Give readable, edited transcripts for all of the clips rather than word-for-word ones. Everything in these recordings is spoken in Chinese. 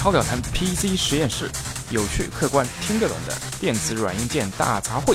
超表谈 PC 实验室，有趣、客观、听得懂的电子软硬件大杂烩。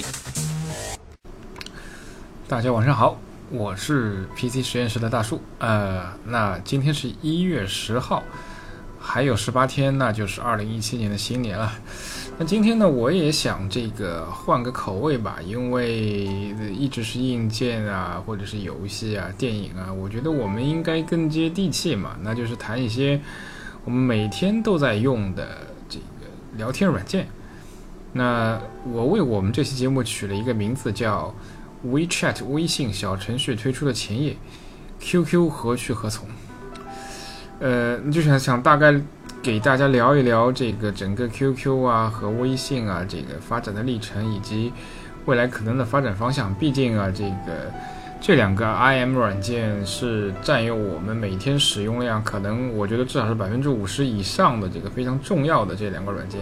大家晚上好，我是 PC 实验室的大树。那今天是1月10号，还有18天，那就是2017年的新年了。那今天呢，我也想换个口味吧，因为一直是硬件啊，或者是游戏啊、电影啊，我觉得我们应该更接地气嘛，那就是谈一些我们每天都在用的这个聊天软件。那我为我们这期节目取了一个名字叫 WeChat 微信小程序推出的前夜 QQ 何去何从。就想大概给大家聊一聊这个整个 QQ 啊和微信啊这个发展的历程，以及未来可能的发展方向。毕竟啊，这两个 IM 软件是占有我们每天使用量可能我觉得至少是50%以上的这个非常重要的这两个软件。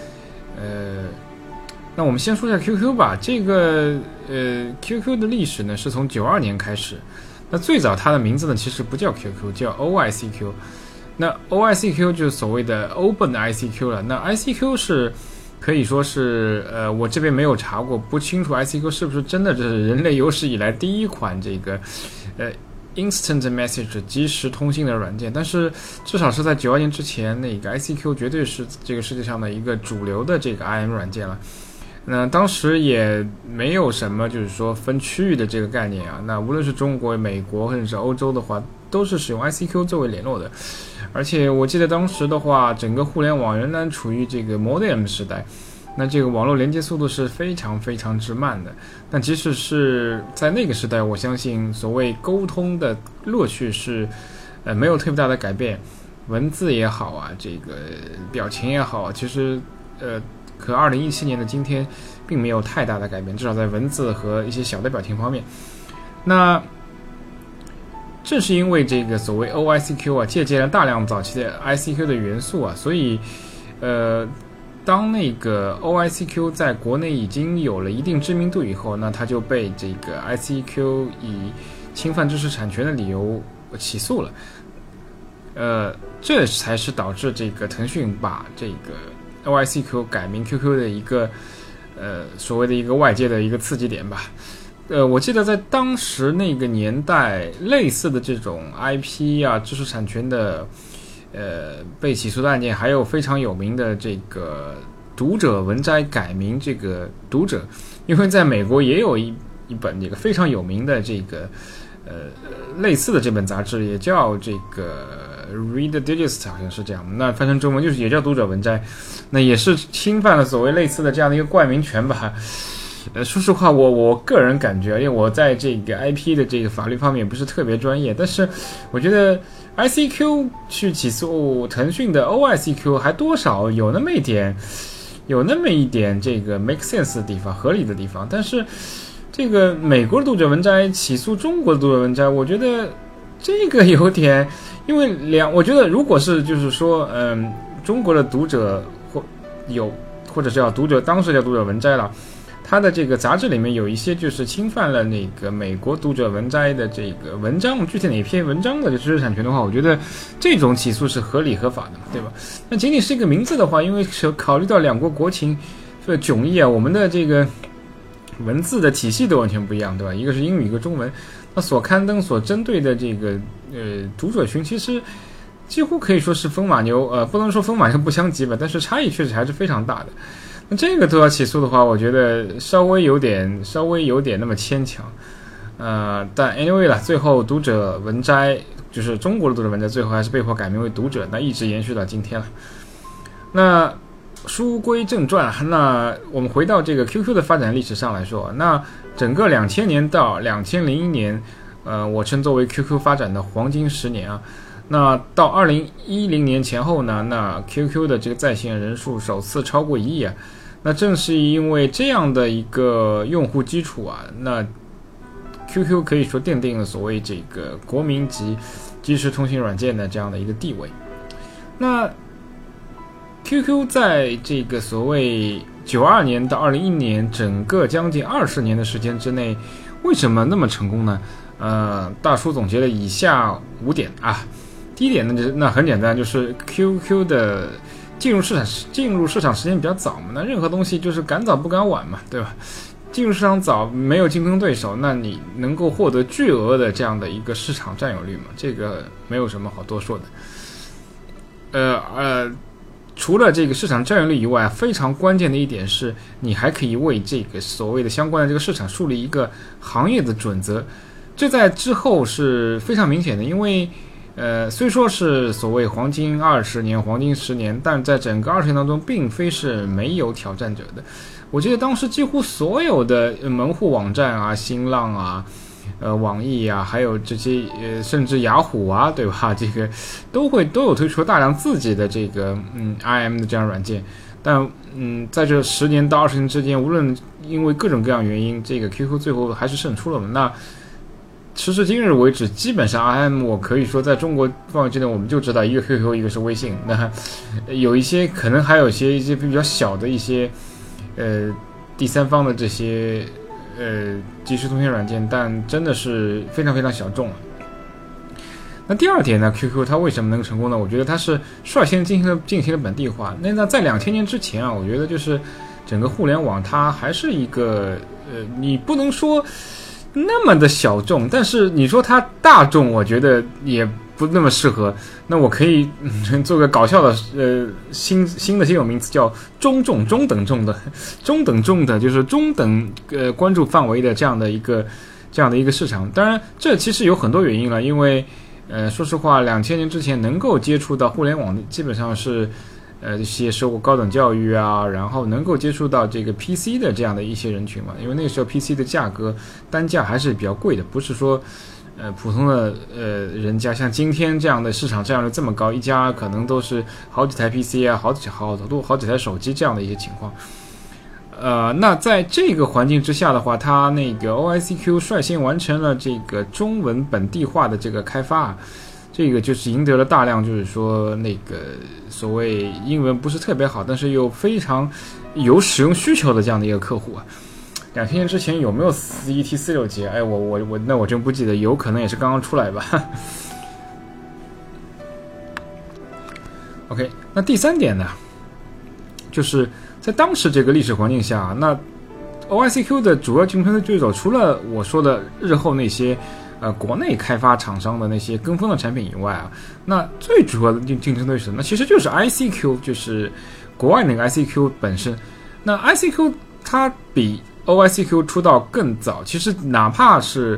那我们先说一下 QQ 吧。QQ 的历史呢是从92年开始。那最早它的名字呢其实不叫 QQ， 叫 OICQ。那 OICQ 就是所谓的 Open ICQ 了。那 ICQ 是可以说是我这边没有查过，不清楚 ICQ 是不是真的这是人类有史以来第一款Instant Message 即时通信的软件，但是至少是在92年之前，那个 ICQ 绝对是这个世界上的一个主流的这个 IM 软件了。那当时也没有什么就是说分区域的这个概念啊，那无论是中国、美国或者是欧洲的话，都是使用 ICQ 作为联络的。而且我记得当时的话，整个互联网仍然处于这个 modem 时代，那这个网络连接速度是非常非常之慢的。但即使是在那个时代，我相信所谓沟通的乐趣是没有特别大的改变，文字也好啊，这个表情也好，其实可2017年的今天并没有太大的改变，至少在文字和一些小的表情方面。那正是因为这个所谓 OICQ 啊，借鉴了大量早期的 ICQ 的元素啊，所以当那个 OICQ 在国内已经有了一定知名度以后，那它就被这个 ICQ 以侵犯知识产权的理由起诉了。这才是导致这个腾讯把这个OICQ 改名 QQ 的一个所谓的一个外界的一个刺激点吧。我记得在当时那个年代，类似的这种 IP 啊知识产权的被起诉的案件，还有非常有名的这个读者文摘改名这个读者，因为在美国也有一本这个非常有名的这个类似的这本杂志，也叫这个 Read Digest， 好像是这样，那翻成中文就是也叫读者文摘，那也是侵犯了所谓类似的这样的一个冠名权吧。说实话，我个人感觉，因为我在这个 IP 的这个法律方面不是特别专业，但是我觉得 ICQ 去起诉腾讯的 OICQ 还多少有那么一点这个 make sense 的地方，合理的地方。但是这个美国的读者文摘起诉中国的读者文摘，我觉得这个有点，因为我觉得如果是就是说中国的读者或者是叫读者，当时叫读者文摘了，它的这个杂志里面有一些就是侵犯了那个美国读者文摘的这个文章，具体哪篇文章的知识产权的话，我觉得这种起诉是合理合法的，对吧？那仅仅是一个名字的话，因为考虑到两国国情迥异啊，我们的这个文字的体系都完全不一样，对吧？一个是英语，一个中文，那所刊登所针对的这个读者群，其实几乎可以说是风马牛，不能说风马牛不相及吧，但是差异确实还是非常大的。那这个都要起诉的话，我觉得稍微有点那么牵强。但 anyway 啦，最后读者文摘就是中国的读者文摘，最后还是被迫改名为读者，那一直延续到今天了。那书归正传，那我们回到这个 QQ 的发展历史上来说，那整个2000年到2001年，我称作为 QQ 发展的黄金10年啊。那到2010年前后呢，那 QQ 的这个在线人数首次超过1亿啊。那正是因为这样的一个用户基础啊，那 QQ 可以说奠定了所谓这个国民级即时通信软件的这样的一个地位。那 QQ 在这个所谓92年到2001年整个将近20年的时间之内，为什么那么成功呢？大叔总结了以下5点啊。 第一点呢，那很简单，就是 QQ 的进入市场时间比较早嘛，那任何东西就是赶早不赶晚嘛，对吧？进入市场早，没有竞争对手，那你能够获得巨额的这样的一个市场占有率嘛？这个没有什么好多说的。除了这个市场占有率以外，非常关键的一点是，你还可以为这个所谓的相关的这个市场树立一个行业的准则。这在之后是非常明显的，因为虽说是所谓黄金20年、黄金10年，但在整个20年当中，并非是没有挑战者的。我记得当时几乎所有的门户网站啊，新浪啊、网易啊，还有这些甚至雅虎啊，对吧？这个都有推出大量自己的这个IM 的这样软件。但在这10年到20年之间，无论因为各种各样原因，这个 QQ 最后还是胜出了嘛。那时至今日为止，基本上 IM 我可以说在中国范围之内，我们就知道一个 QQ， 一个是微信。那有一些可能还有一些比较小的一些第三方的这些即时通讯软件，但真的是非常非常小众了。那第二点呢 ，QQ 它为什么能成功呢？我觉得它是率先进行了本地化。那在2000年之前啊，我觉得就是整个互联网它还是一个你不能说那么的小众，但是你说它大众，我觉得也不那么适合。那我可以做个搞笑的新的有名词，叫中等重的，就是中等关注范围的这样的一个市场。当然这其实有很多原因了，因为说实话2000年之前能够接触到互联网的基本上是一些受过高等教育啊，然后能够接触到这个 PC 的这样的一些人群嘛。因为那个时候 PC 的价格单价还是比较贵的，不是说普通的人家像今天这样的市场占有率这么高，一家可能都是好几台 PC 啊，好几台手机这样的一些情况。那在这个环境之下的话，它那个 OICQ 率先完成了这个中文本地化的这个开发，这个就是赢得了大量就是说那个所谓英文不是特别好，但是又非常有使用需求的这样的一个客户啊。2000年之前有没有41T46节？我真不记得，有可能也是刚刚出来吧。OK， 那第三点呢，就是在当时这个历史环境下，那 OICQ 的主要竞争对手，除了我说的日后那些国内开发厂商的那些跟风的产品以外啊，那最主要的竞争对手，那其实就是 ICQ， 就是国外那个 ICQ 本身。那 ICQ 它比OICQ 出道更早，其实哪怕是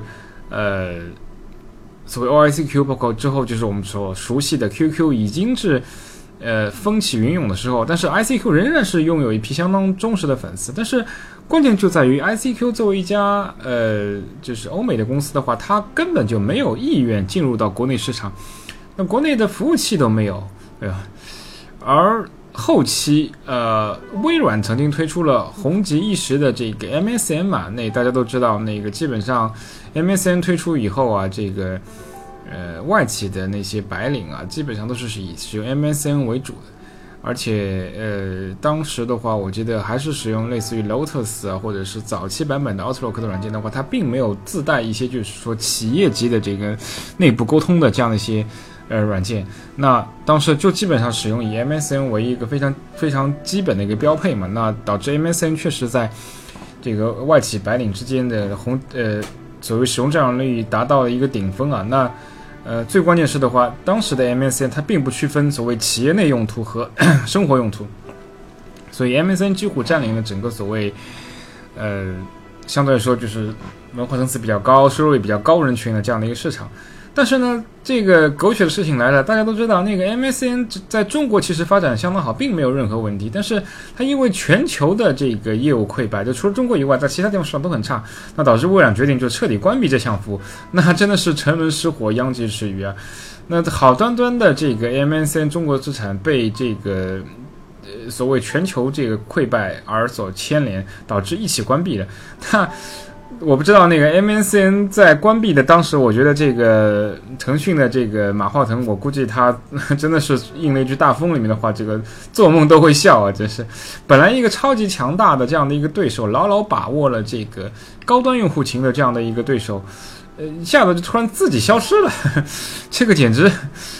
所谓 OICQ 包括之后就是我们所熟悉的 QQ 已经是风起云涌的时候，但是 ICQ 仍然是拥有一批相当忠实的粉丝。但是关键就在于 ICQ 作为一家就是欧美的公司的话，它根本就没有意愿进入到国内市场，那国内的服务器都没有，对吧？而后期微软曾经推出了红极一时的这个 MSN 嘛，那大家都知道，那个基本上 MSN 推出以后啊，这个外企的那些白领啊，基本上都是以使用 MSN 为主的。而且当时的话，我记得还是使用类似于 Lotus 啊，或者是早期版本的 Outlook 的软件的话，它并没有自带一些就是说企业级的这个内部沟通的这样的一些软件。那当时就基本上使用以 MSN 为一个非常非常基本的一个标配嘛，那导致 MSN 确实在这个外企白领之间的所谓使用占有率达到了一个顶峰啊。那最关键是的话，当时的 MSN 它并不区分所谓企业内用途和生活用途，所以 MSN 几乎占领了整个所谓相对来说就是文化层次比较高、收入也比较高人群的这样的一个市场。但是呢，这个狗血的事情来了，大家都知道那个 MSN 在中国其实发展相当好，并没有任何问题，但是它因为全球的这个业务溃败，就除了中国以外，在其他地方市场都很差，那导致微软决定就彻底关闭这项服务，那真的是沉沦失火，殃及池鱼啊。那好端端的这个 MSN 中国资产被这个所谓全球这个溃败而所牵连，导致一起关闭了。那我不知道那个 MSN 在关闭的当时，我觉得这个腾讯的这个马化腾，我估计他真的是应了一句大风里面的话，这个做梦都会笑啊！真是，本来一个超级强大的这样的一个对手，牢牢把握了这个高端用户群的这样的一个对手，一下子就突然自己消失了，这个简直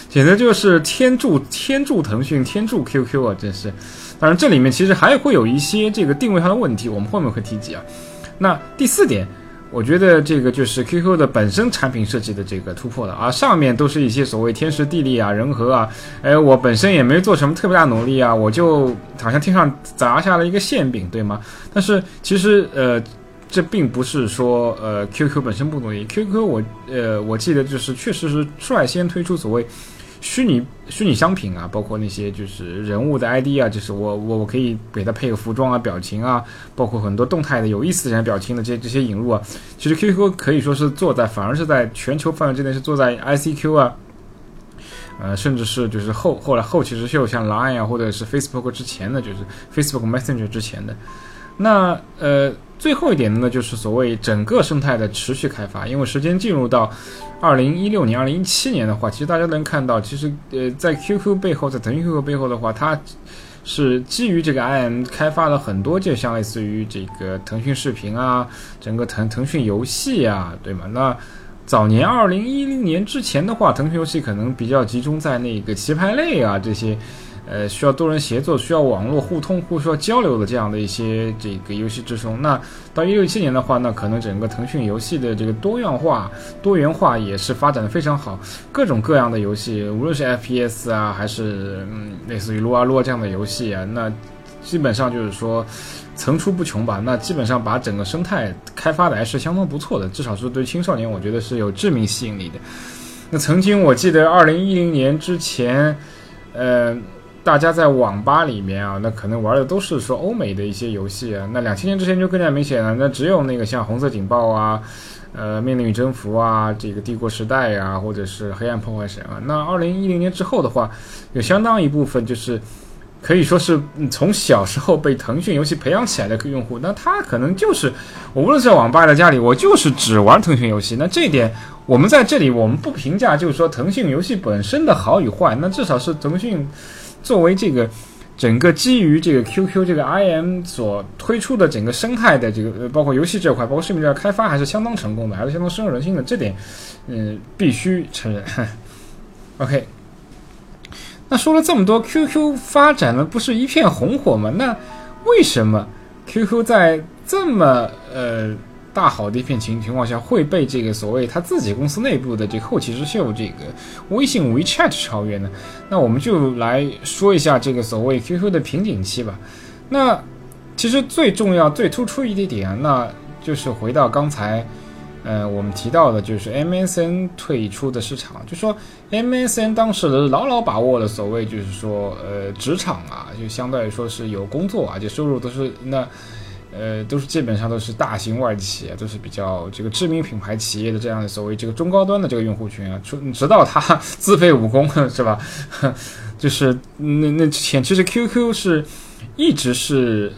简直就是天助腾讯，天助 QQ 啊，真是。当然，这里面其实还会有一些这个定位上的问题，我们后面会提及啊。那第4点，我觉得这个就是 QQ 的本身产品设计的这个突破了啊，上面都是一些所谓天时地利啊、人和啊，我本身也没做什么特别大努力啊，我就好像天上砸下了一个馅饼，对吗？但是其实这并不是说QQ 本身不努力 ，QQ 我记得就是确实是率先推出所谓虚拟商品啊，包括那些就是人物的 ID 啊，就是我可以给它配个服装啊、表情啊，包括很多动态的有意思的表情的这些引入啊，其实 QQ 可以说是反而是在全球范围之内是坐在 ICQ 啊。甚至是就是后期是有像 Line 啊，或者是 Facebook 之前的，就是 Facebook Messenger 之前的。那最后一点呢，就是所谓整个生态的持续开发。因为时间进入到2016年、2017年的话，其实大家能看到，其实在 QQ 背后，在腾讯 QQ 背后的话，它是基于这个 IM 开发了很多，就像类似于这个腾讯视频啊，整个腾讯游戏啊，对吗？那早年2010年之前的话，腾讯游戏可能比较集中在那个棋牌类啊这些。需要多人协作、需要网络互通、需要交流的这样的一些这个游戏之中。那到2017年的话，那可能整个腾讯游戏的这个多元化也是发展的非常好，各种各样的游戏，无论是 FPS 啊，还是类似于撸啊撸这样的游戏啊，那基本上就是说层出不穷吧。那基本上把整个生态开发的还是相当不错的，至少是对青少年我觉得是有致命吸引力的。那曾经我记得2010年之前，大家在网吧里面啊，那可能玩的都是说欧美的一些游戏啊。那2000年之前就更加明显了，那只有那个像红色警报啊、命令与征服啊、这个帝国时代啊，或者是黑暗破坏神啊。那2010年之后的话，有相当一部分就是可以说是从小时候被腾讯游戏培养起来的用户，那他可能就是我无论是在网吧在家里，我就是只玩腾讯游戏。那这一点我们在这里我们不评价，就是说腾讯游戏本身的好与坏，那至少是腾讯作为这个整个基于这个 QQ 这个 IM 所推出的整个生态的这个包括游戏这块，包括视频这块开发还是相当成功的，还是相当深入人心的，这点必须承认。OK， 那说了这么多， QQ 发展了不是一片红火吗？那为什么 QQ 在这么大好的一片情况下会被这个所谓他自己公司内部的这个后起之秀这个微信 WeChat 超越呢？那我们就来说一下这个所谓 QQ 的瓶颈期吧。那其实最重要最突出一点啊，那就是回到刚才我们提到的，就是 MSN 退出的市场，就说 MSN 当时牢把握了所谓就是说职场啊，就相对来说是有工作啊，就收入都是都是基本上都是大型外企啊，都是比较这个知名品牌企业的这样的所谓这个中高端的这个用户群啊，直到他自废武功是吧？就是那之前其实 QQ 是一直是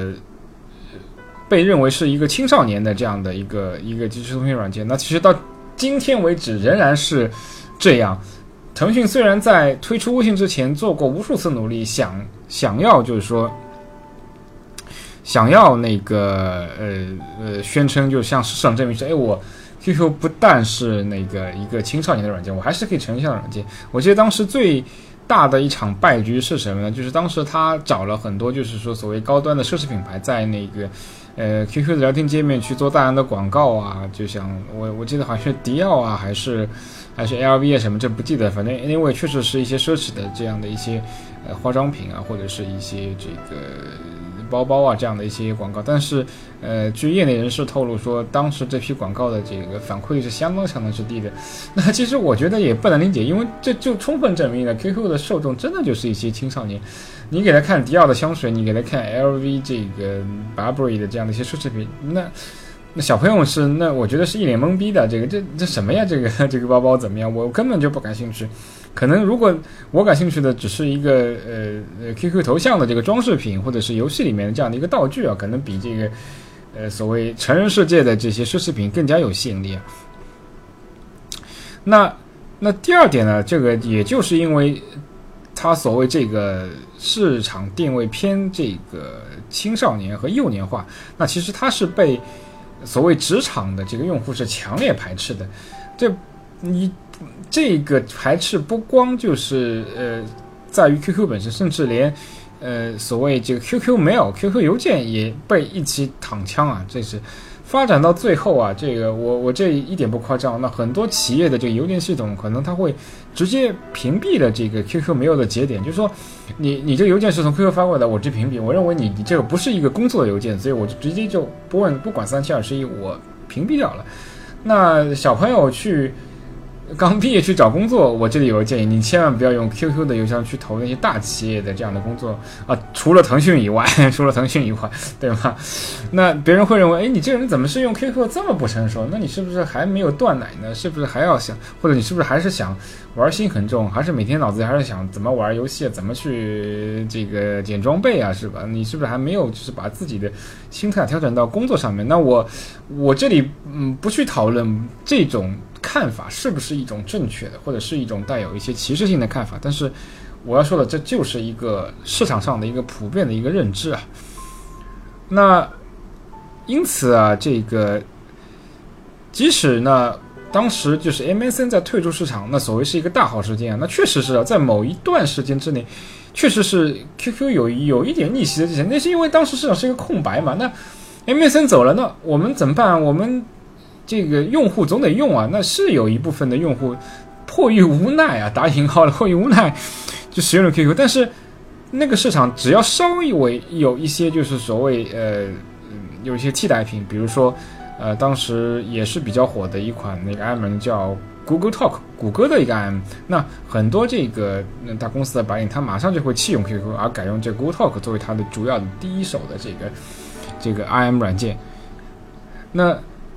被认为是一个青少年的这样的一个即时通讯软件，那其实到今天为止仍然是这样。腾讯虽然在推出微信之前做过无数次努力，想要就是说。想要那个宣称，就向市场证明说，我 QQ 不但是那个一个青少年的软件，我还是可以成人向的软件。我记得当时最大的一场败局是什么呢？就是当时他找了很多就是说所谓高端的奢侈品牌，在那个QQ 的聊天界面去做大量的广告啊，就像我记得好像是迪奥啊，还是 LV 啊什么，这不记得，反正 anyway 确实是一些奢侈的这样的一些化妆品啊，或者是一些这个包包啊这样的一些广告。但是据业内人士透露说，当时这批广告的这个反馈是相当之低的。那其实我觉得也不难理解，因为这就充分证明了 QQ 的受众真的就是一些青少年。你给他看迪奥的香水，你给他看 LV 这个 Burberry 的这样的一些奢侈品，那小朋友是我觉得是一脸懵逼的，这什么呀？这个包包怎么样？我根本就不感兴趣。可能如果我感兴趣的只是一个QQ 头像的这个装饰品，或者是游戏里面的这样的一个道具啊，可能比这个所谓成人世界的这些奢侈品更加有吸引力啊。那第二点呢，这个也就是因为它所谓这个市场定位偏这个青少年和幼年化，那其实它是被所谓职场的这个用户是强烈排斥的。这你这个排斥不光就是在于 QQ 本身，甚至连所谓这个 QQ Mail、QQ 邮件也被一起躺枪啊！这是发展到最后啊，这个我这一点不夸张。那很多企业的这个邮件系统可能它会直接屏蔽了这个 QQ Mail 的节点，就是说你这个邮件是从 QQ 发过来的，我直接屏蔽，我认为你这个不是一个工作的邮件，所以我就直接就不管3721，我屏蔽掉了。那小朋友刚毕业去找工作，我这里有个建议，你千万不要用 QQ 的邮箱去投那些大企业的这样的工作啊，除了腾讯以外，对吗？那别人会认为，哎，你这个人怎么是用 QQ 这么不成熟？那你是不是还没有断奶呢？是不是还要想，或者你是不是还是想玩心很重，还是每天脑子里还是想怎么玩游戏，怎么去这个捡装备啊，是吧？你是不是还没有就是把自己的心态调整到工作上面？那我这里不去讨论这种看法是不是一种正确的，或者是一种带有一些歧视性的看法，但是我要说的，这就是一个市场上的一个普遍的一个认知啊。那因此啊，这个即使呢当时就是 MSN 在退出市场，那所谓是一个大好事件啊，那确实是啊，在某一段时间之内，确实是 QQ 有一点逆袭的迹象，那是因为当时市场是一个空白嘛。那 MSN 走了，那我们怎么办？我们这个用户总得用啊，那是有一部分的用户迫于无奈啊，打引号的迫于无奈就使用了 QQ， 但是那个市场只要稍微有一些就是所谓有一些替代品，比如说当时也是比较火的一款那个 IM 叫 Google Talk， 谷歌的一个 IM， 那很多这个大公司的白领他马上就会弃用 QQ， 而改用这个 Google Talk 作为它的主要的第一手的这个 IM 软件。那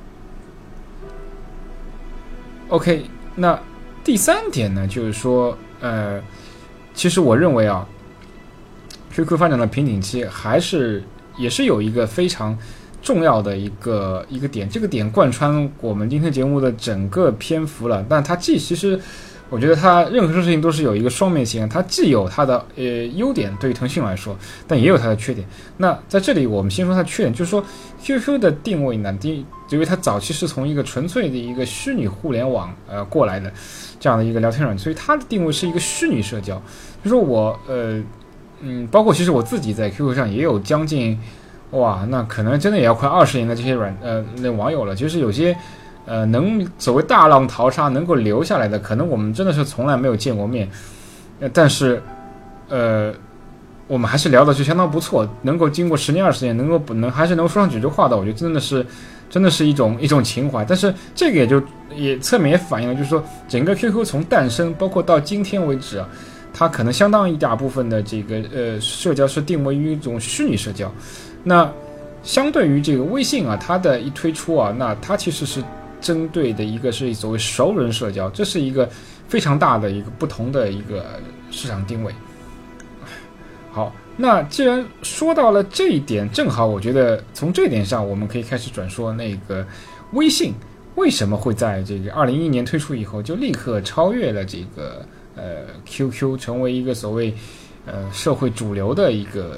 OK， 那第三点呢，就是说，其实我认为啊 ，QQ 发展的瓶颈期也是有一个非常重要的一个点，这个点贯穿我们今天节目的整个篇幅了。但它其实我觉得它任何事情都是有一个双面性，它既有它的优点，对于腾讯来说，但也有它的缺点。那在这里我们先说它的缺点，就是说 QQ 的定位呢，因为它早期是从一个纯粹的一个虚拟互联网过来的这样的一个聊天软件，所以它的定位是一个虚拟社交。就是说我包括其实我自己在 QQ 上也有将近那可能真的也要快20年的这些那网友了。就是有些能所谓大浪淘沙能够留下来的，可能我们真的是从来没有见过面，但是我们还是聊的就相当不错，能够经过10年20年还是能说上几句话的，我觉得真的是一种情怀。但是这个也侧面也反映了，就是说整个 QQ 从诞生包括到今天为止啊，它可能相当一大部分的这个社交是定位于一种虚拟社交。那相对于这个微信啊，它的一推出啊，那它其实是针对的一个是所谓熟人社交，这是一个非常大的一个不同的一个市场定位。好，那既然说到了这一点，正好我觉得从这一点上我们可以开始转说那个微信为什么会在这个2011年推出以后就立刻超越了这个QQ， 成为一个所谓社会主流的一个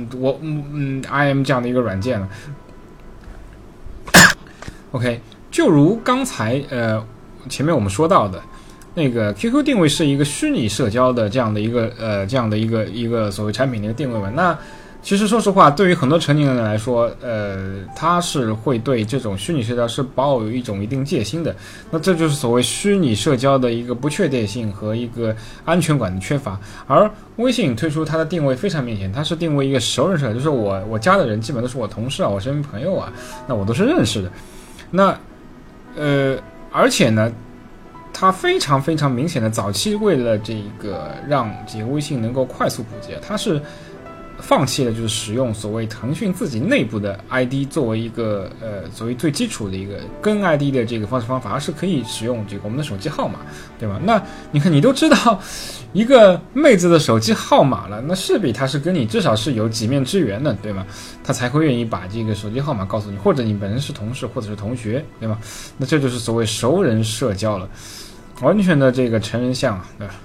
IM 这样的一个软件了。OK， 就如刚才前面我们说到的，那个 QQ 定位是一个虚拟社交的这样的一个所谓产品的一个定位嘛。那其实说实话，对于很多成年人来说，他是会对这种虚拟社交是抱有一种一定戒心的。那这就是所谓虚拟社交的一个不确定性和一个安全感的缺乏。而微信推出它的定位非常明显，它是定位一个熟人社交，就是我加的人基本都是我同事啊，我身边朋友啊，那我都是认识的。那而且呢，它非常非常明显的早期为了这个让这个微信能够快速普及，它是放弃了就是使用所谓腾讯自己内部的 ID 作为一个所谓最基础的一个跟 ID 的这个方法，而是可以使用这个我们的手机号码，对吧？那你看你都知道一个妹子的手机号码了，那势必她是跟你至少是有几面之缘的，对吗？她才会愿意把这个手机号码告诉你，或者你本身是同事或者是同学，对吗？那这就是所谓熟人社交了，完全的这个成人像，对吧？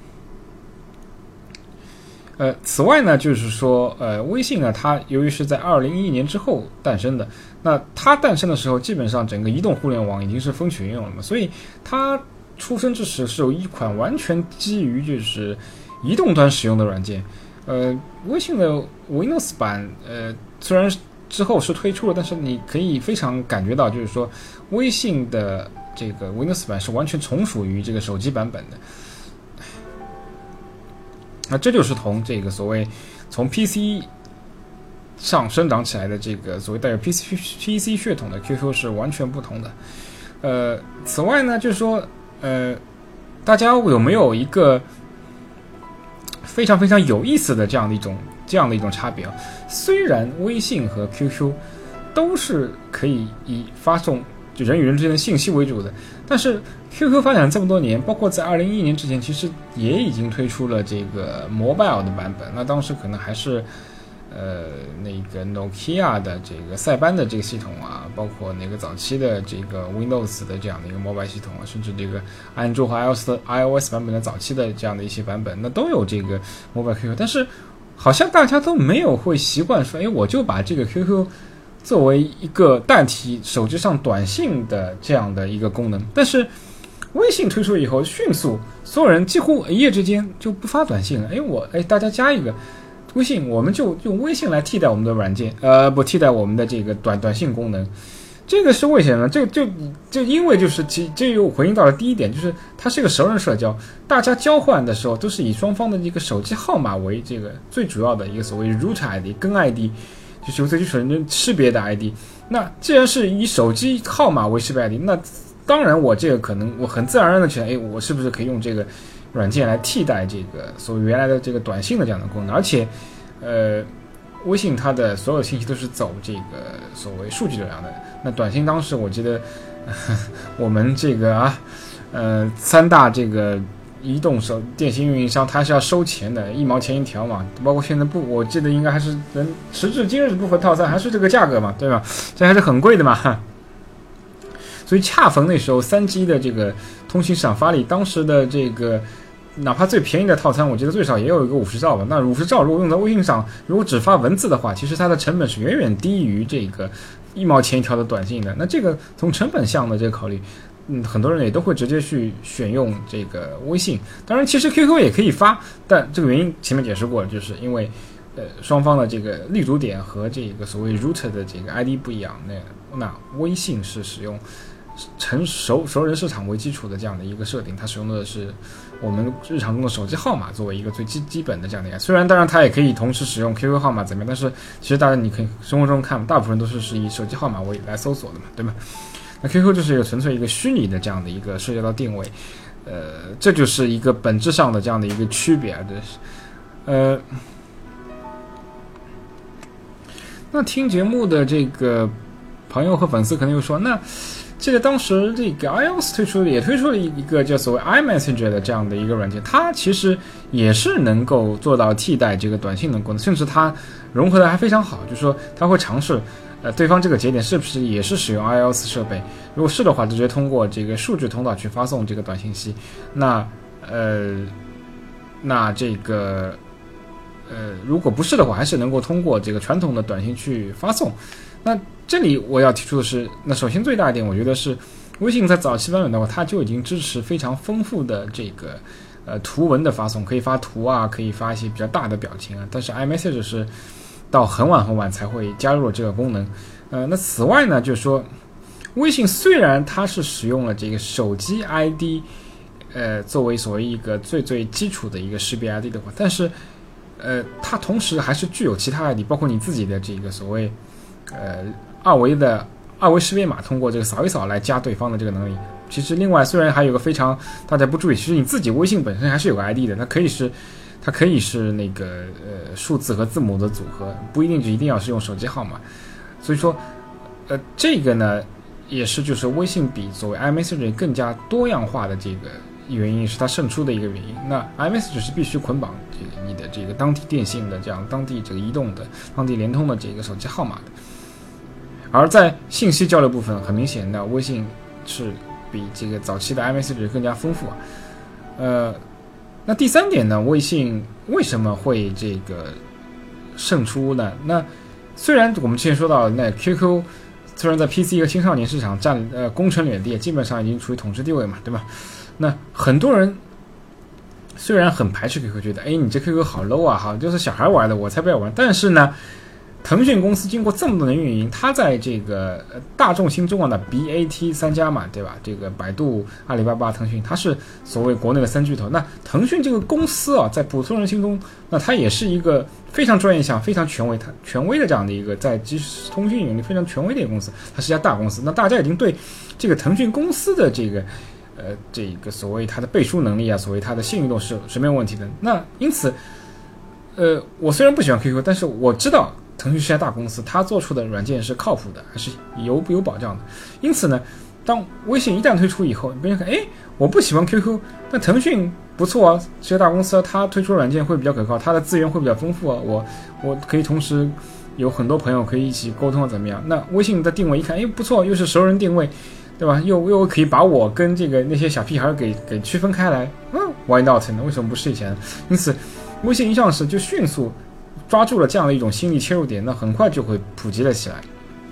此外呢，就是说，微信呢，它由于是在2011年之后诞生的，那它诞生的时候，基本上整个移动互联网已经是风起云涌了嘛，所以它出生之时是有一款完全基于就是移动端使用的软件。微信的 Windows 版虽然之后是推出了，但是你可以非常感觉到，就是说微信的这个 Windows 版是完全从属于这个手机版本的。那这就是同这个所谓从 PC 上生长起来的这个所谓带有 PC 血统的 QQ 是完全不同的。此外呢，就是说大家有没有一个非常非常有意思的这样的一种差别啊？虽然微信和 QQ 都是可以以发送就人与人之间的信息为主的，但是 QQ 发展这么多年，包括在2011年之前，其实也已经推出了这个 mobile 的版本。那当时可能还是那个 Nokia 的这个塞班的这个系统啊，包括那个早期的这个 Windows 的这样的一个 mobile 系统啊，甚至这个安卓和 iOS 版本的早期的这样的一些版本，那都有这个 mobile QQ。但是好像大家都没有会习惯说，我就把这个 QQ 作为一个代替手机上短信的这样的一个功能。但是微信推出以后，迅速所有人几乎一夜之间就不发短信了。大家加一个微信，我们就用微信来替代我们的软件，不替代我们的这个短信功能。这个是为什么呢？就因为就是这又回应到了第一点，就是它是一个熟人社交，大家交换的时候都是以双方的这个手机号码为这个最主要的一个所谓 root ID 根 ID， 就是最基础人识别的 ID。那既然是以手机号码为识别 ID， 那当然我这个可能我很自然而然的觉得，我是不是可以用这个软件来替代这个所谓原来的这个短信的这样的功能？而且微信它的所有信息都是走这个所谓数据流量的。那短信当时我记得我们这个三大这个移动电信运营商它是要收钱的，1毛钱一条嘛，包括现在我记得应该还是时至今日部分套餐还是这个价格嘛，对吧？这还是很贵的嘛。所以恰逢那时候3G 的这个通信市场发力，当时的这个哪怕最便宜的套餐，我记得最少也有一个50兆吧。那50兆如果用在微信上，如果只发文字的话，其实它的成本是远远低于这个1毛钱一条的短信的。那这个从成本项的这个考虑，很多人也都会直接去选用这个微信。当然，其实 QQ 也可以发，但这个原因前面解释过了，就是因为双方的这个立足点和这个所谓 root 的这个 ID 不一样。那微信是使用熟人市场为基础的这样的一个设定，它使用的是我们日常中的手机号码作为一个最基本的这样的一个。虽然当然它也可以同时使用 QQ 号码怎么样，但是其实大家你可以生活中看，大部分都是以手机号码为来搜索的嘛，对吧？那 QQ 就是一个纯粹一个虚拟的这样的一个社交的定位，这就是一个本质上的这样的一个区别啊，这是那听节目的这个朋友和粉丝可能又说，那这个当时这个 iOS 推出了一个叫所谓 iMessenger 的这样的一个软件，它其实也是能够做到替代这个短信的功能，甚至它融合的还非常好，就是说它会尝试对方这个节点是不是也是使用 iOS 设备，如果是的话，直接通过这个数据通道去发送这个短信息。那这个如果不是的话，还是能够通过这个传统的短信去发送。那这里我要提出的是，那首先最大一点，我觉得是微信在早期版本的话，它就已经支持非常丰富的这个图文的发送，可以发图啊，可以发一些比较大的表情啊。但是 iMessage 是到很晚才会加入了这个功能。那此外呢，就是说微信虽然它是使用了这个手机 ID，作为所谓一个最基础的一个识别 ID 的话，但是它同时还是具有其他 ID， 包括你自己的这个所谓二维识别码，通过这个扫一扫来加对方的这个能力。其实另外虽然还有个非常大家不注意，其实你自己微信本身还是有个 ID 的，它可以是那个数字和字母的组合，不一定要是用手机号码。所以说这个呢也是就是微信比所谓 iMessage 更加多样化的这个原因，是它胜出的一个原因。那 iMessage 是必须捆绑这个你的这个当地电信的这样当地这个移动的当地联通的这个手机号码的。而在信息交流部分，很明显的微信是比这个早期的 iMessage 更加丰富啊。那第三点呢，微信为什么会这个胜出呢？那虽然我们之前说到，那 QQ 虽然在 PC 和青少年市场攻城略地，基本上已经处于统治地位嘛，对吧？ 那很多人虽然很排斥 QQ， 觉得你这 QQ 好 low 啊，好就是小孩玩的，我才不要玩。但是呢，腾讯公司经过这么多年运营，它在这个大众心中的 BAT 三家嘛，对吧？这个百度、阿里巴巴、腾讯，它是所谓国内的三巨头。那腾讯这个公司啊，在普通人心中，那它也是一个非常专业项、非常权威的这样的一个在即时通讯领域非常权威的一个公司，它是一家大公司。那大家已经对这个腾讯公司的这个所谓它的背书能力啊，所谓它的信誉度是没有问题的。那因此，我虽然不喜欢 QQ， 但是我知道腾讯是家大公司，它做出的软件是靠谱的，还是有保障的。因此呢，当微信一旦推出以后，别人看，我不喜欢 QQ， 但腾讯不错啊，是家大公司，它推出软件会比较可靠，它的资源会比较丰富啊，我可以同时有很多朋友可以一起沟通怎么样？那微信的定位一看，不错，又是熟人定位，对吧？又可以把我跟这个那些小屁孩给区分开来，Why not 呢？为什么不试一下呢？因此，微信一上市就迅速抓住了这样的一种心理切入点，那很快就会普及了起来。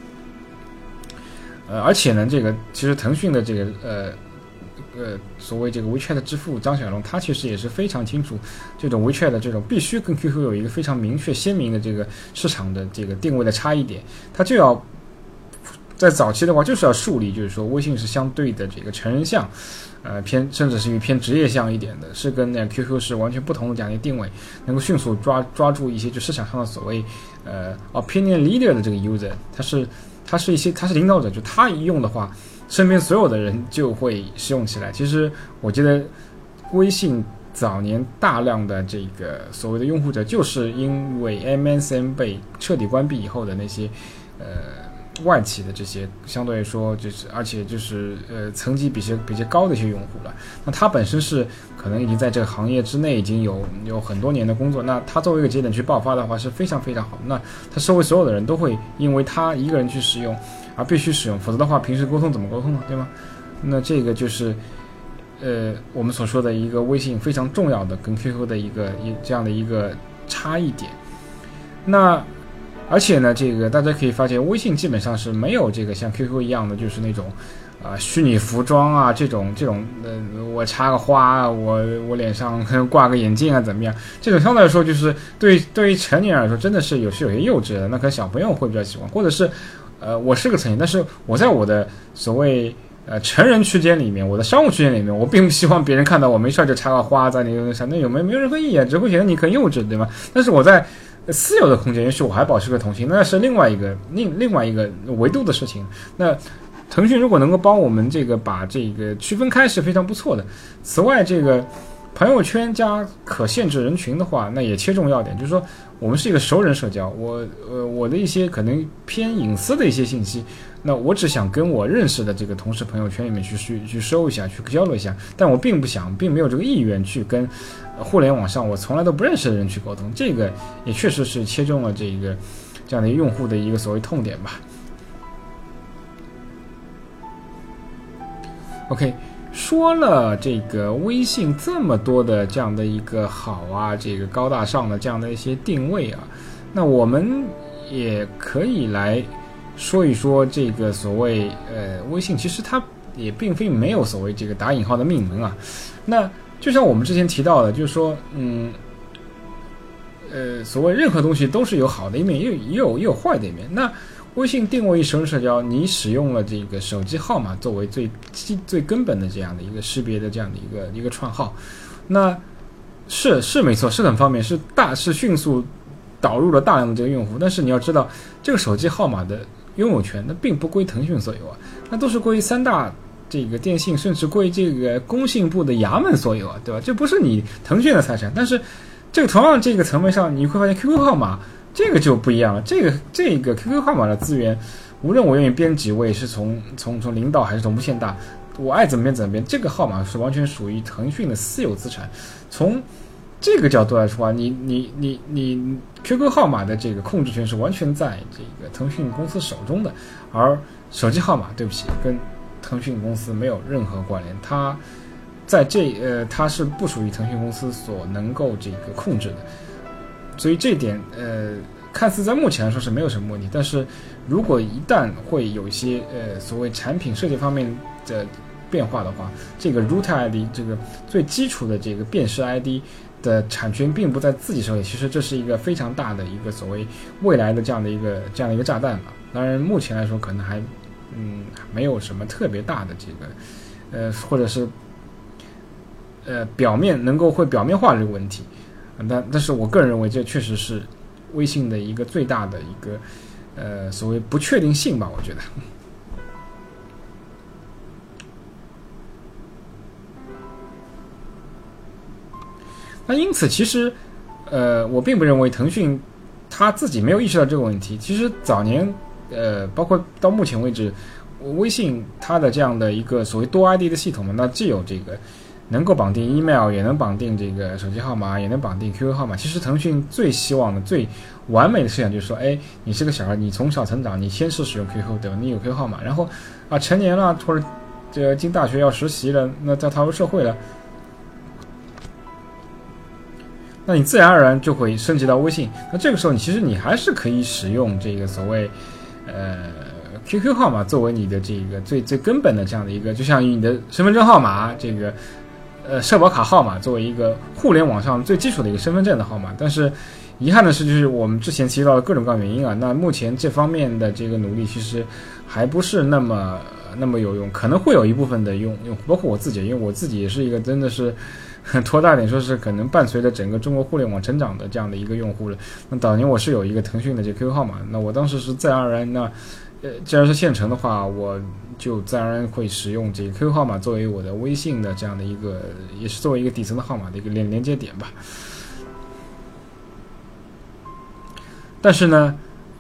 而且呢，这个其实腾讯的这个所谓这个 WeChat 支付张小龙，他其实也是非常清楚这种 WeChat 的这种必须跟 QQ 有一个非常明确鲜明的这个市场的这个定位的差异点，他就要在早期的话就是要树立，就是说微信是相对的这个成人向，甚至是偏职业向一点的，是跟那 QQ 是完全不同的这样一个定位，能够迅速抓住一些就市场上的所谓opinion leader 的这个 user， 他是领导者，就他一用的话，身边所有的人就会使用起来。其实我觉得微信早年大量的这个所谓的用户者，就是因为 MSN 被彻底关闭以后的那些外企的这些相对来说就是而且就是层级比较高的一些用户了。那他本身是可能已经在这个行业之内已经有很多年的工作，那他作为一个节点去爆发的话是非常非常好。那他周围所有的人都会因为他一个人去使用而必须使用，否则的话平时沟通怎么沟通呢？对吗？那这个就是我们所说的一个微信非常重要的跟 QQ 的这样的一个差异点。那而且呢，这个大家可以发现，微信基本上是没有这个像 QQ 一样的，就是那种虚拟服装啊，这种我插个花啊，我脸上挂个眼镜啊，怎么样？这种相对来说就是对于成年人来说，真的是有些幼稚的。那可能小朋友会比较喜欢，或者是我是个成年，但是我在我的所谓成人区间里面，我的商务区间里面，我并不希望别人看到我没事就插个花在那个上，那没有任何意义，只会显得你很幼稚，对吗？但是我在私有的空间，也许我还保持个同性，那是另外一个维度的事情。那腾讯如果能够帮我们这个把这个区分开是非常不错的。此外，这个朋友圈加可限制人群的话，那也切中要点，就是说我们是一个熟人社交，我的一些可能偏隐私的一些信息，那我只想跟我认识的这个同事朋友圈里面去收一下，去交流一下，但我并没有这个意愿去跟互联网上我从来都不认识的人去沟通。这个也确实是切中了这样的用户的一个所谓痛点吧。OK， 说了这个微信这么多的这样的一个好啊，这个高大上的这样的一些定位啊，那我们也可以来说一说这个所谓微信其实它也并非没有所谓这个打引号的命门啊。那就像我们之前提到的，就是说所谓任何东西都是有好的一面，也有坏的一面。那微信定位熟人社交，你使用了这个手机号码作为最根本的这样的一个识别的这样的一个串号，那是没错，是很方便，是迅速导入了大量的这个用户。但是你要知道，这个手机号码的拥有权那并不归腾讯所有啊，那都是归三大这个电信，甚至归这个工信部的衙门所有啊，对吧？这不是你腾讯的财产。但是这个同样这个层面上，你会发现 QQ 号码这个就不一样了。这个 QQ 号码的资源，无论我愿意编几位，是从零到还是从无限大，我爱怎么编，这个号码是完全属于腾讯的私有资产。从这个角度来说啊，你 QQ 号码的这个控制权是完全在这个腾讯公司手中的，而手机号码对不起，跟腾讯公司没有任何关联，它在它是不属于腾讯公司所能够这个控制的。所以这点看似在目前来说是没有什么问题，但是如果一旦会有一些所谓产品设计方面的变化的话，这个 root ID 这个最基础的这个辨识 ID 的产权并不在自己手里，其实这是一个非常大的一个所谓未来的这样的一个炸弹吧。当然目前来说可能还没有什么特别大的这个或者是会表面化这个问题，但是我个人认为这确实是微信的一个最大的一个所谓不确定性吧，我觉得。那因此其实我并不认为腾讯他自己没有意识到这个问题。其实早年包括到目前为止，微信它的这样的一个所谓多 ID 的系统嘛，那既有这个能够绑定 email， 也能绑定这个手机号码，也能绑定 QQ 号码。其实腾讯最希望的最完美的设想就是说，你是个小孩，你从小成长，你先是使用 QQ 对吧？你有 QQ 号码，然后成年了或者进大学要实习了，那再踏入社会了，那你自然而然就会升级到微信。那这个时候其实你还是可以使用这个所谓QQ 号码作为你的这个最根本的这样的一个，就像你的身份证号码这个社保卡号码作为一个互联网上最基础的一个身份证的号码。但是遗憾的是，就是我们之前提到的各种各样原因啊，那目前这方面的这个努力其实还不是那么有用，可能会有一部分的用户，包括我自己，因为我自己也是一个真的是拖大点说是可能伴随着整个中国互联网成长的这样的一个用户了。那早年我是有一个腾讯的这个 QQ 号码，那我当时是自然而然既然是现成的话，我就自然而然会使用这个 QQ 号码作为我的微信的这样的一个，也是作为一个底层的号码的一个连接点吧。但是呢，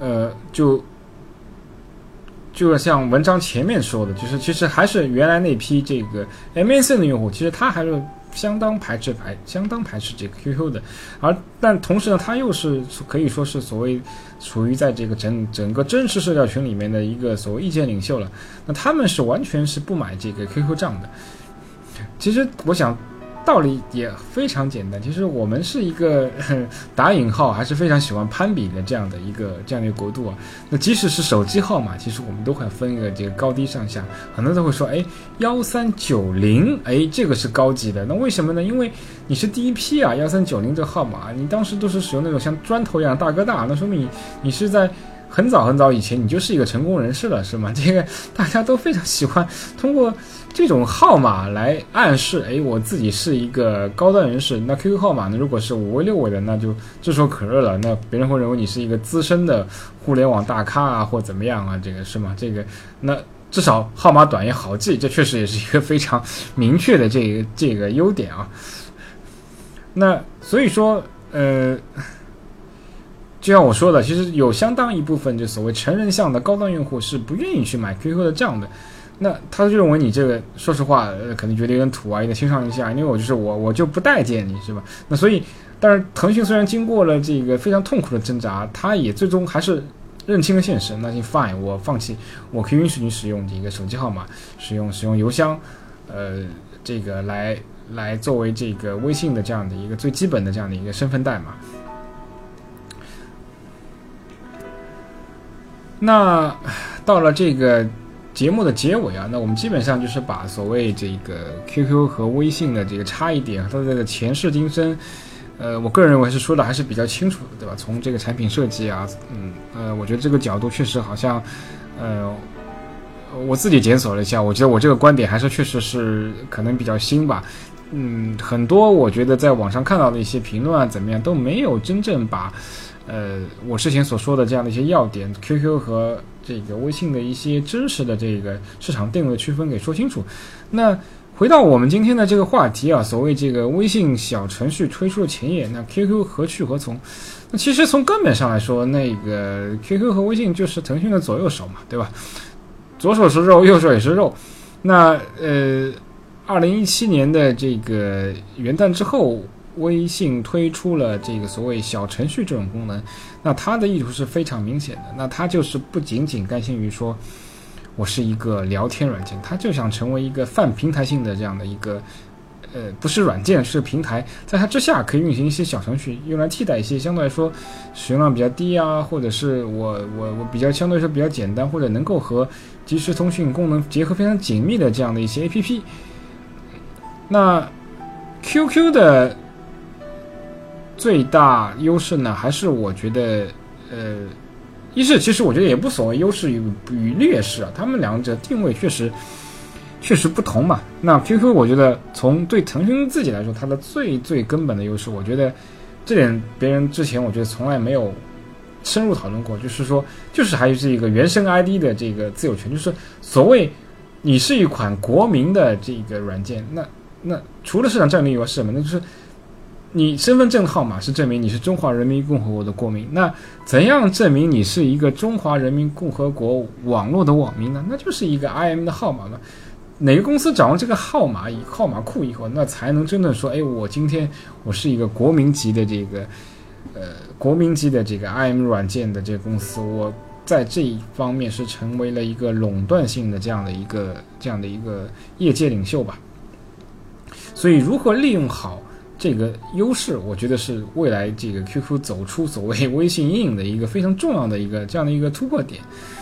就像文章前面说的，就是其实还是原来那批这个 MSN 的用户，其实他还是相当排斥这个 QQ 的，但同时呢，他又是可以说是所谓处于在这个整个真实社交群里面的一个所谓意见领袖了。那他们是完全是不买这个 QQ 账的。其实我想道理也非常简单，其实我们是一个打引号还是非常喜欢攀比的这样的一个国度啊。那即使是手机号码，其实我们都会分一个这个高低上下，很多人都会说1390，这个是高级的。那为什么呢？因为你是第一批啊，1390这个号码，你当时都是使用那种像砖头一样大哥大，那说明你是在很早以前你就是一个成功人士了，是吗？这个大家都非常喜欢通过这种号码来暗示，我自己是一个高端人士。那 QQ 号码呢，如果是5位6位的，那就炙手可热了，那别人会认为你是一个资深的互联网大咖啊，或怎么样啊，这个是吗？这个那至少号码短也好记，这确实也是一个非常明确的这个优点啊。那所以说就像我说的，其实有相当一部分就所谓成人向的高端用户是不愿意去买 QQ 的账的。那他就认为你这个，说实话，可能觉得有点土啊，有点新上一下，因为我就不待见你，是吧？那所以，但是腾讯虽然经过了这个非常痛苦的挣扎，他也最终还是认清了现实，那就 fine， 我放弃，我可以允许你使用这个手机号码，使用邮箱，这个来作为这个微信的这样的一个最基本的这样的一个身份代码。那到了这个节目的结尾啊，那我们基本上就是把所谓这个 QQ 和微信的这个差异点，它的这个前世今生，我个人认为是说的还是比较清楚的，对吧？从这个产品设计啊，我觉得这个角度确实好像，我自己检索了一下，我觉得我这个观点还是确实是可能比较新吧。很多我觉得在网上看到的一些评论啊，怎么样都没有真正把我之前所说的这样的一些要点 ，QQ 和这个微信的一些真实的这个市场定位区分给说清楚。那回到我们今天的这个话题啊，所谓这个微信小程序推出的前夜，那 QQ 何去何从？那其实从根本上来说，那个 QQ 和微信就是腾讯的左右手嘛，对吧？左手是肉，右手也是肉。那2017年的这个元旦之后，微信推出了这个所谓小程序这种功能，那它的意图是非常明显的。那它就是不仅仅甘心于说我是一个聊天软件，它就想成为一个泛平台性的这样的一个不是软件，是平台，在它之下可以运行一些小程序，用来替代一些相对来说使用量比较低啊，或者是我比较相对来说比较简单，或者能够和即时通讯功能结合非常紧密的这样的一些 APP。那 QQ 的最大优势呢，还是我觉得一是其实我觉得也不所谓优势与劣势啊，他们两者定位确实不同嘛。那 QQ 我觉得从对腾讯自己来说，它的最根本的优势，我觉得这点别人之前我觉得从来没有深入讨论过，就是说就是还是一个原生 ID 的这个自有权，就是所谓你是一款国民的这个软件，那除了市场占领以外是什么？那就是你身份证号码是证明你是中华人民共和国的国民，那怎样证明你是一个中华人民共和国网络的网民呢？那就是一个 IM 的号码嘛。哪个公司掌握这个号码库以后，那才能真的说，我今天我是一个国民级的这个IM 软件的这个公司，我在这一方面是成为了一个垄断性的这样的一个业界领袖吧。所以如何利用好这个优势，我觉得是未来这个 QQ 走出所谓微信阴影的一个非常重要的这样的一个突破点。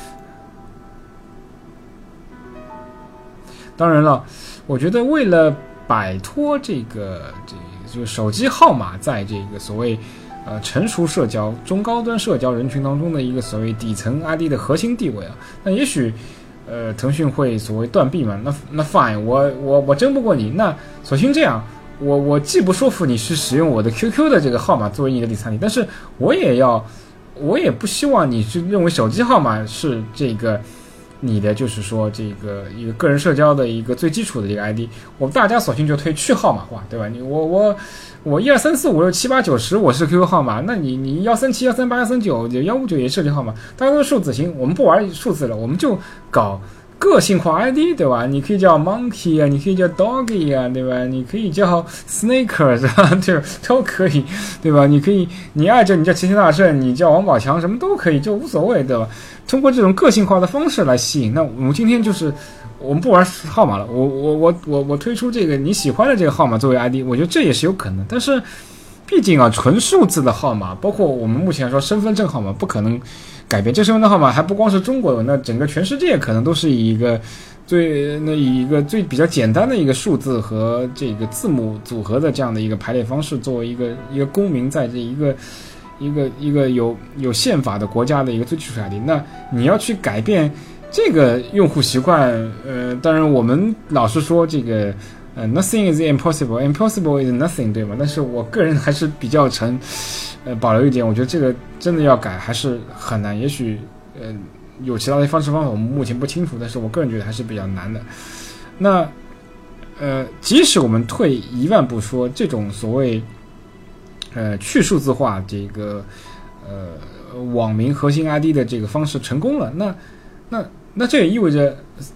当然了，我觉得为了摆脱这个就是手机号码在这个所谓成熟社交、中高端社交人群当中的一个所谓底层 ID 的核心地位啊，那也许腾讯会所谓断臂嘛，那 fine， 我争不过你，那索性这样，我既不说服你是使用我的 QQ 的这个号码作为你的第三体，但是我也不希望你是认为手机号码是这个你的就是说这个一个个人社交的一个最基础的一个 ID， 大家索性就推去号码化，对吧？我12345678910我是 QQ 号码，那你1371381399159也是手机号码，大家都是数字型，我们不玩数字了，我们就搞个性化 ID， 对吧？你可以叫 Monkey 啊，你可以叫 Doggy 啊，对吧？你可以叫 Snake 是吧？对，都可以，对吧？你爱着你叫齐天大圣，你叫王宝强，什么都可以，就无所谓，对吧？通过这种个性化的方式来吸引。那我们今天就是我们不玩号码了，我推出这个你喜欢的这个号码作为 ID， 我觉得这也是有可能。但是毕竟啊，纯数字的号码，包括我们目前说身份证号码，不可能改变。这身份证号码还不光是中国有，那整个全世界可能都是以一个最比较简单的一个数字和这个字母组合的这样的一个排列方式，作为一个公民在这一个有宪法的国家的一个最基础 ID。那你要去改变这个用户习惯，当然我们老是说这个nothing is impossible is nothing， 对吗？但是我个人还是比较保留一点，我觉得这个真的要改还是很难。也许有其他的方式方法我们目前不清楚，但是我个人觉得还是比较难的。那即使我们退一万步说，这种所谓去数字化这个网民核心 ID 的这个方式成功了，那这也意味着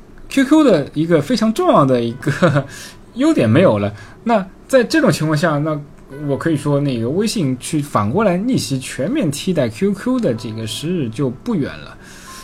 QQ 的一个非常重要的一个优点没有了。那在这种情况下，那我可以说那个微信去反过来逆袭全面替代 QQ 的这个时日就不远了。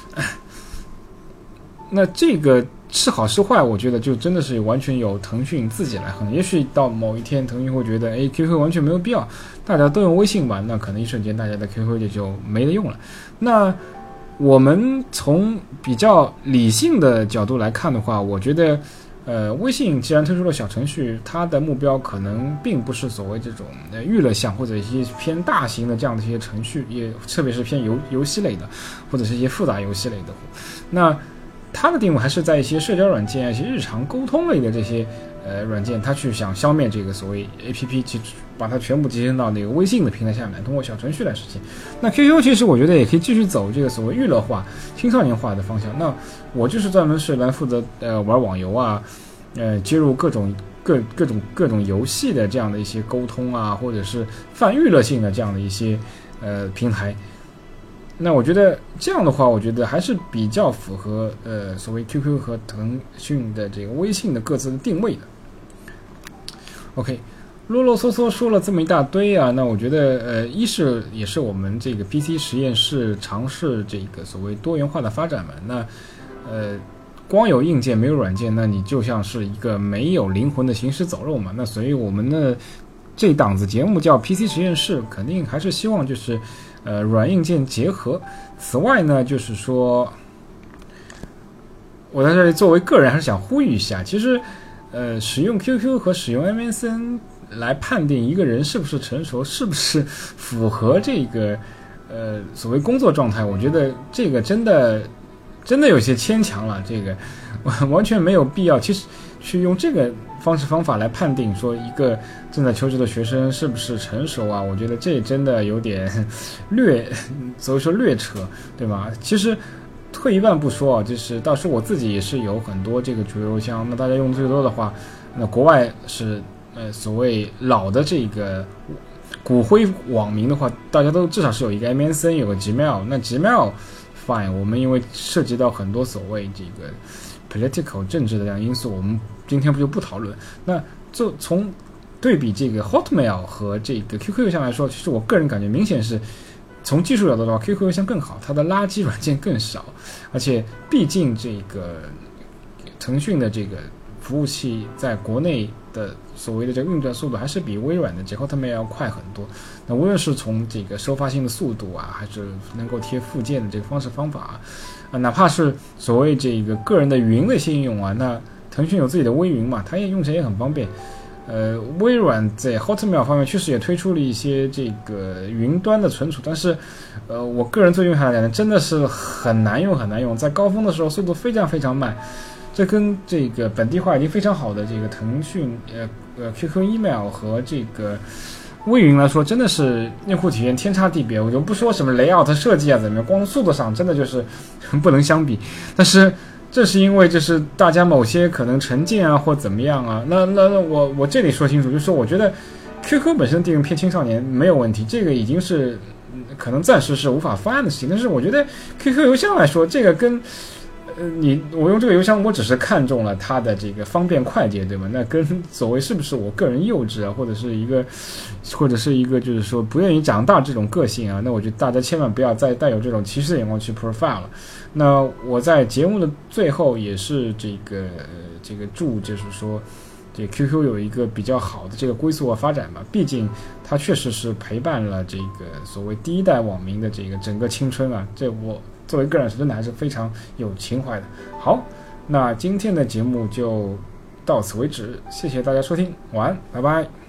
那这个是好是坏，我觉得就真的是完全由腾讯自己来衡量。也许到某一天腾讯会觉得QQ 完全没有必要，大家都用微信玩，那可能一瞬间大家的 QQ 也就没得用了。那我们从比较理性的角度来看的话，我觉得微信既然推出了小程序，它的目标可能并不是所谓这种娱乐项或者一些偏大型的这样的一些程序，也特别是偏游戏类的或者是一些复杂游戏类的。那它的定位还是在一些社交软件、一些日常沟通类的这些软件，它去想消灭这个所谓 APP， 去把它全部集成到那个微信的平台下面，通过小程序来实现。那 QQ 其实我觉得也可以继续走这个所谓娱乐化、青少年化的方向。那我就是专门是来负责玩网游啊，接入各种游戏的这样的一些沟通啊，或者是泛娱乐性的这样的一些平台。那我觉得这样的话，我觉得还是比较符合所谓 QQ 和腾讯的这个微信的各自的定位的。OK， 啰啰嗦嗦说了这么一大堆啊，那我觉得一是也是我们这个 PC 实验室尝试这个所谓多元化的发展嘛。那光有硬件没有软件，那你就像是一个没有灵魂的行尸走肉嘛。那所以我们的这档子节目叫 PC 实验室，肯定还是希望就是软硬件结合。此外呢，就是说我在这里作为个人还是想呼吁一下，其实使用 QQ 和使用 MSN 来判定一个人是不是成熟，是不是符合这个所谓工作状态，我觉得这个真的有些牵强了，这个完全没有必要。其实去用这个方法来判定说一个正在求职的学生是不是成熟啊，我觉得这真的有点所以说略扯，对吧？其实退一万步说啊，就是到时候我自己也是有很多这个主流邮箱，那大家用最多的话，那国外是所谓老的这个骨灰网民的话，大家都至少是有一个 MSN 有个 Gmail， 那 Gmail fine， 我们因为涉及到很多所谓这个 political 政治的这样因素，我们今天就不讨论。那就从对比这个 Hotmail 和这个 QQ 邮箱来说，其实我个人感觉明显是从技术角度的话 QQ 邮箱更好，它的垃圾软件更少，而且毕竟这个腾讯的这个服务器在国内的所谓的这个运转速度还是比微软的这 Hotmail 要快很多。那无论是从这个收发信的速度啊，还是能够贴附件的这个方式方法啊，哪怕是所谓这个个人的云的一些应用啊，那腾讯有自己的微云嘛，它也用起来也很方便。微软在 Hotmail 方面确实也推出了一些这个云端的存储，但是我个人最用下来真的是很难用，在高峰的时候速度非常非常慢。这跟这个本地化已经非常好的这个腾讯QQ email 和这个微云来说，真的是用户体验天差地别。我就不说什么 layout 设计啊怎么样，光速度上真的就是不能相比。但是这是因为就是大家某些可能成见啊或怎么样啊，那我这里说清楚，就是说我觉得 QQ 本身定位偏青少年没有问题，这个已经是可能暂时是无法翻案的事情。但是我觉得 QQ 邮箱来说，这个跟我用这个邮箱，我只是看中了它的这个方便快捷，对吗？那跟所谓是不是我个人幼稚啊，或者是一个就是说不愿意长大这种个性啊，那我觉得大家千万不要再带有这种歧视的眼光去 profile 了。那我在节目的最后也是这个祝就是说这 QQ 有一个比较好的这个归宿和发展吧，毕竟它确实是陪伴了这个所谓第一代网民的这个整个青春啊，这我作为个人是真的还是非常有情怀的。好，那今天的节目就到此为止，谢谢大家收听，晚安，拜拜。